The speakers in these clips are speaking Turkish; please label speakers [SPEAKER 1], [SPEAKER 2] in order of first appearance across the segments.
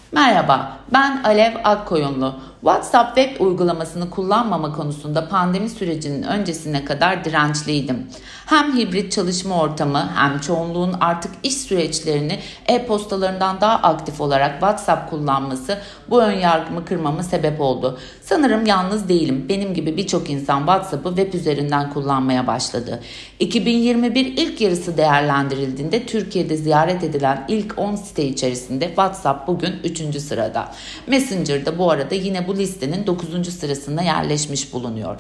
[SPEAKER 1] Merhaba, ben Alev Akkoyunlu. WhatsApp web uygulamasını kullanmama konusunda pandemi sürecinin öncesine kadar dirençliydim. Hem hibrit çalışma ortamı hem çoğunluğun artık iş süreçlerini e-postalarından daha aktif olarak WhatsApp kullanması bu önyargımı kırmama sebep oldu. Sanırım yalnız değilim. Benim gibi birçok insan WhatsApp'ı web üzerinden kullanmaya başladı. 2021 ilk yarısı değerlendirildiğinde Türkiye'de ziyaret edilen ilk 10 site içerisinde WhatsApp bugün 3. sırada. Messenger'da bu arada yine bu listenin 9. sırasında yerleşmiş bulunuyor.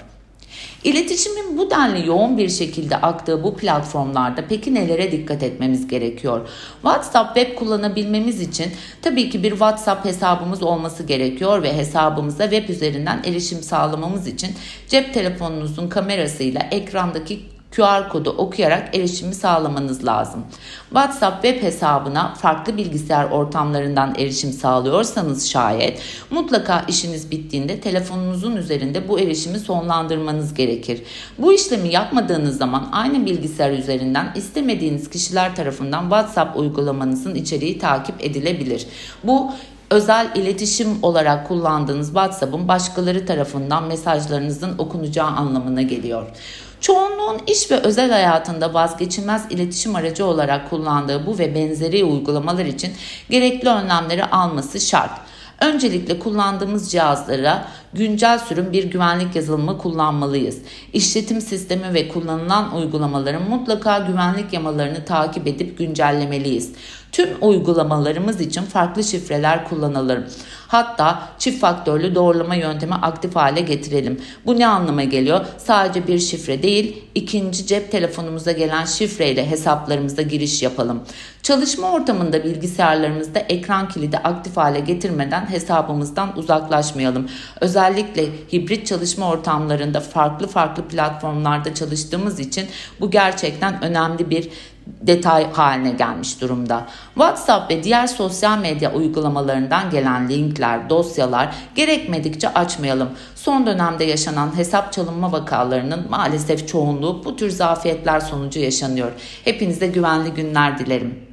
[SPEAKER 1] İletişimin bu denli yoğun bir şekilde aktığı bu platformlarda peki nelere dikkat etmemiz gerekiyor? WhatsApp web kullanabilmemiz için tabii ki bir WhatsApp hesabımız olması gerekiyor ve hesabımıza web üzerinden erişim sağlamamız için cep telefonunuzun kamerasıyla ekrandaki QR kodu okuyarak erişimi sağlamanız lazım. WhatsApp web hesabına farklı bilgisayar ortamlarından erişim sağlıyorsanız şayet mutlaka işiniz bittiğinde telefonunuzun üzerinde bu erişimi sonlandırmanız gerekir. Bu işlemi yapmadığınız zaman aynı bilgisayar üzerinden istemediğiniz kişiler tarafından WhatsApp uygulamanızın içeriği takip edilebilir. Bu özel iletişim olarak kullandığınız WhatsApp'ın başkaları tarafından mesajlarınızın okunacağı anlamına geliyor. Çoğunluğun iş ve özel hayatında vazgeçilmez iletişim aracı olarak kullandığı bu ve benzeri uygulamalar için gerekli önlemleri alması şart. Öncelikle kullandığımız cihazlara güncel sürüm bir güvenlik yazılımı kullanmalıyız. İşletim sistemi ve kullanılan uygulamaların mutlaka güvenlik yamalarını takip edip güncellemeliyiz. Tüm uygulamalarımız için farklı şifreler kullanalım. Hatta çift faktörlü doğrulama yöntemi aktif hale getirelim. Bu ne anlama geliyor? Sadece bir şifre değil, ikinci cep telefonumuza gelen şifreyle hesaplarımıza giriş yapalım. Çalışma ortamında bilgisayarlarımızda ekran kilidi aktif hale getirmeden hesabımızdan uzaklaşmayalım. Özellikle hibrit çalışma ortamlarında farklı platformlarda çalıştığımız için bu gerçekten önemli bir detay haline gelmiş durumda. WhatsApp ve diğer sosyal medya uygulamalarından gelen linkler, dosyalar gerekmedikçe açmayalım. Son dönemde yaşanan hesap çalınma vakalarının maalesef çoğunluğu bu tür zafiyetler sonucu yaşanıyor. Hepinize güvenli günler dilerim.